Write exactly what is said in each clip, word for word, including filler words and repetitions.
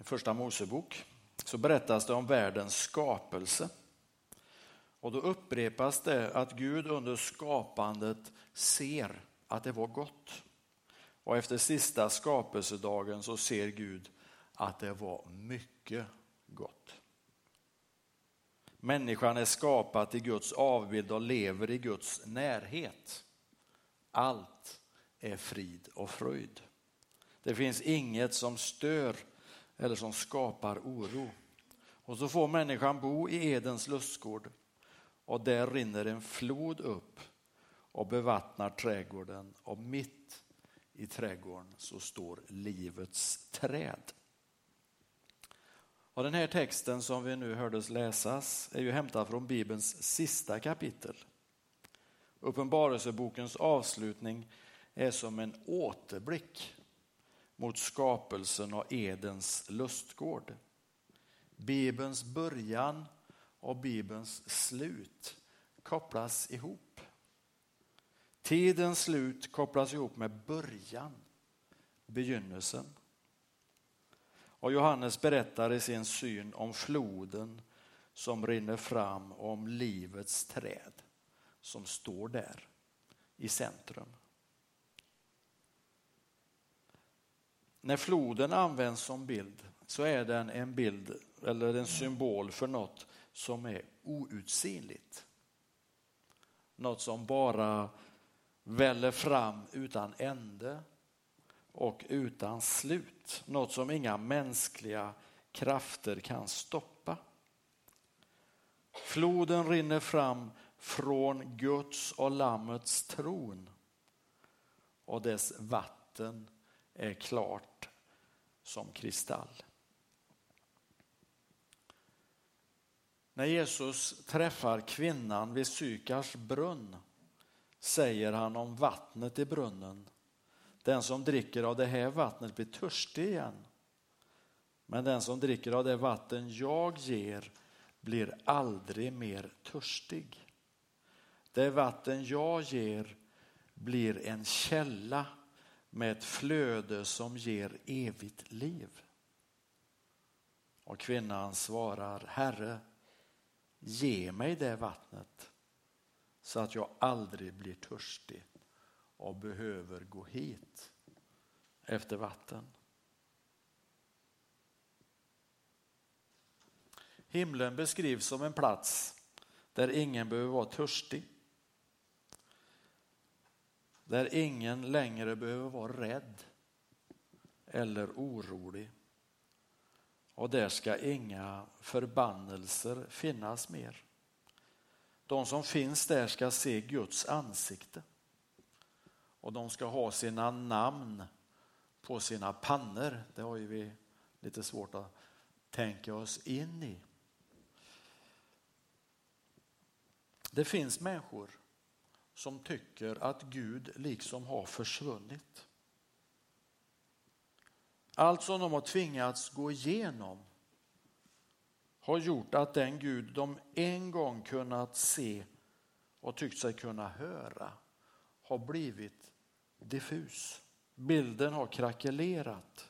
i första Mosebok, så berättas det om världens skapelse. Och då upprepas det att Gud under skapandet ser att det var gott. Och efter sista skapelsedagen så ser Gud att det var mycket gott. Människan är skapad i Guds avbild och lever i Guds närhet. Allt är frid och fröjd. Det finns inget som stör eller som skapar oro. Och så får människan bo i Edens lustgård. Och där rinner en flod upp och bevattnar trädgården. Och mitt i trädgården så står livets träd. Och den här texten som vi nu hördes läsas är ju hämtad från Bibelns sista kapitel. Uppenbarelsebokens avslutning är som en återblick mot skapelsen av Edens lustgård. Bibelns början och Bibelns slut kopplas ihop. Tidens slut kopplas ihop med början, begynnelsen. Och Johannes berättar i sin syn om floden som rinner fram och om livets träd som står där i centrum. När floden används som bild så är den en bild eller en symbol för något som är outsinligt. Något som bara väller fram utan ände och utan slut. Något som inga mänskliga krafter kan stoppa. Floden rinner fram från Guds och Lammets tron. Och dess vatten är klart som kristall. När Jesus träffar kvinnan vid Sykars brunn säger han om vattnet i brunnen: den som dricker av det här vattnet blir törstig igen. Men den som dricker av det vatten jag ger blir aldrig mer törstig. Det vatten jag ger blir en källa med ett flöde som ger evigt liv. Och kvinnan svarar: Herre, ge mig det vattnet så att jag aldrig blir törstig och behöver gå hit efter vatten. Himlen beskrivs som en plats där ingen behöver vara törstig. Där ingen längre behöver vara rädd eller orolig. Och där ska inga förbannelser finnas mer. De som finns där ska se Guds ansikte. Och de ska ha sina namn på sina pannor. Det har ju vi lite svårt att tänka oss in i. Det finns människor som tycker att Gud liksom har försvunnit. Allt som de har tvingats gå igenom har gjort att den Gud de en gång kunnat se och tyckt sig kunna höra har blivit diffus. Bilden har krackelerat.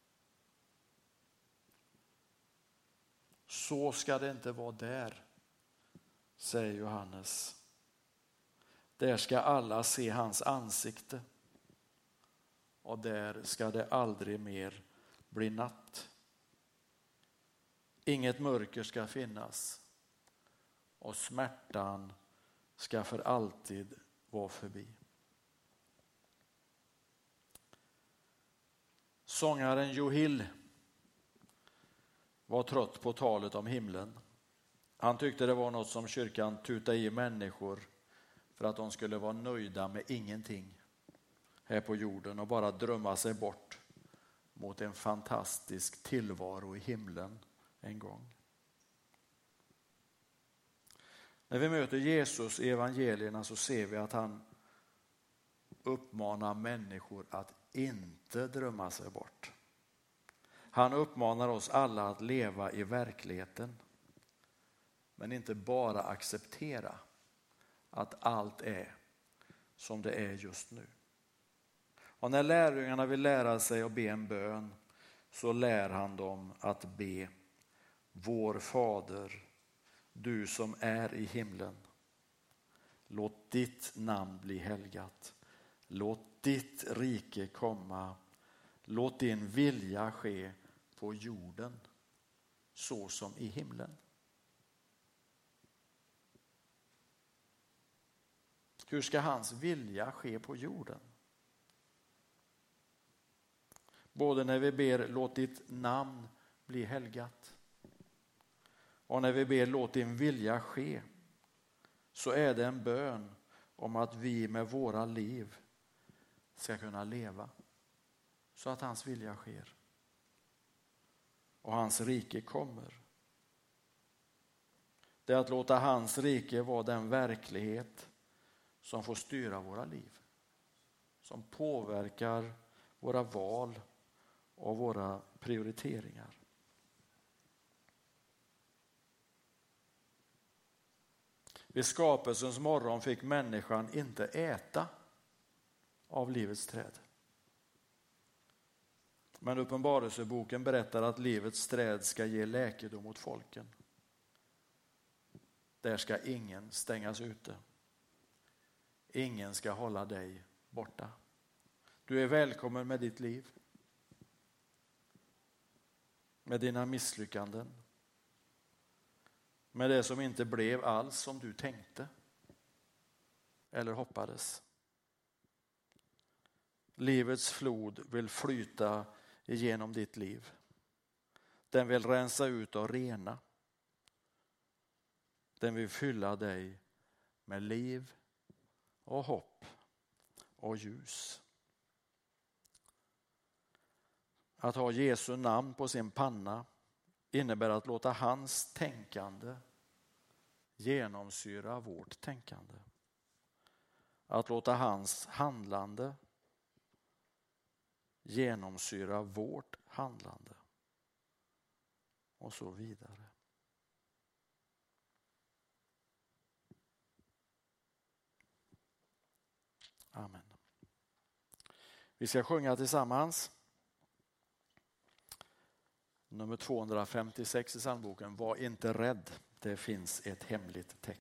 Så ska det inte vara där, säger Johannes. Där ska alla se hans ansikte. Och där ska det aldrig mer bli natt. Inget mörker ska finnas. Och smärtan ska för alltid vara förbi. Sångaren Johill var trött på talet om himlen. Han tyckte det var något som kyrkan tutade i människor för att de skulle vara nöjda med ingenting här på jorden och bara drömma sig bort mot en fantastisk tillvaro i himlen en gång. När vi möter Jesus i evangelierna så ser vi att han uppmanar människor att inte drömma sig bort. Han uppmanar oss alla att leva i verkligheten, men inte bara acceptera att allt är som det är just nu. Och när lärjungarna vill lära sig att be en bön så lär han dem att be: Vår Fader, du som är i himlen. Låt ditt namn bli helgat. Låt ditt rike komma. Låt din vilja ske på jorden så som i himlen. Hur ska hans vilja ske på jorden? Både när vi ber låt ditt namn bli helgat och när vi ber låt din vilja ske, så är det en bön om att vi med våra liv ska kunna leva så att hans vilja sker och hans rike kommer. Det är att låta hans rike vara den verklighet som får styra våra liv, som påverkar våra val och våra prioriteringar. Vid skapelsens morgon fick människan inte äta av livets träd. Men Uppenbarelseboken berättar att livets träd ska ge läkedom åt folken. Där ska ingen stängas ute. Ingen ska hålla dig borta. Du är välkommen med ditt liv. Med dina misslyckanden. Med det som inte blev alls som du tänkte eller hoppades. Livets flod vill flyta igenom ditt liv. Den vill rensa ut och rena. Den vill fylla dig med liv och hopp och ljus. Att ha Jesu namn på sin panna innebär att låta hans tänkande genomsyra vårt tänkande. Att låta hans handlande genomsyra vårt handlande. Och så vidare. Amen. Vi ska sjunga tillsammans. Nummer tvåhundrafemtiosex i psalmboken. Var inte rädd, det finns ett hemligt tecken.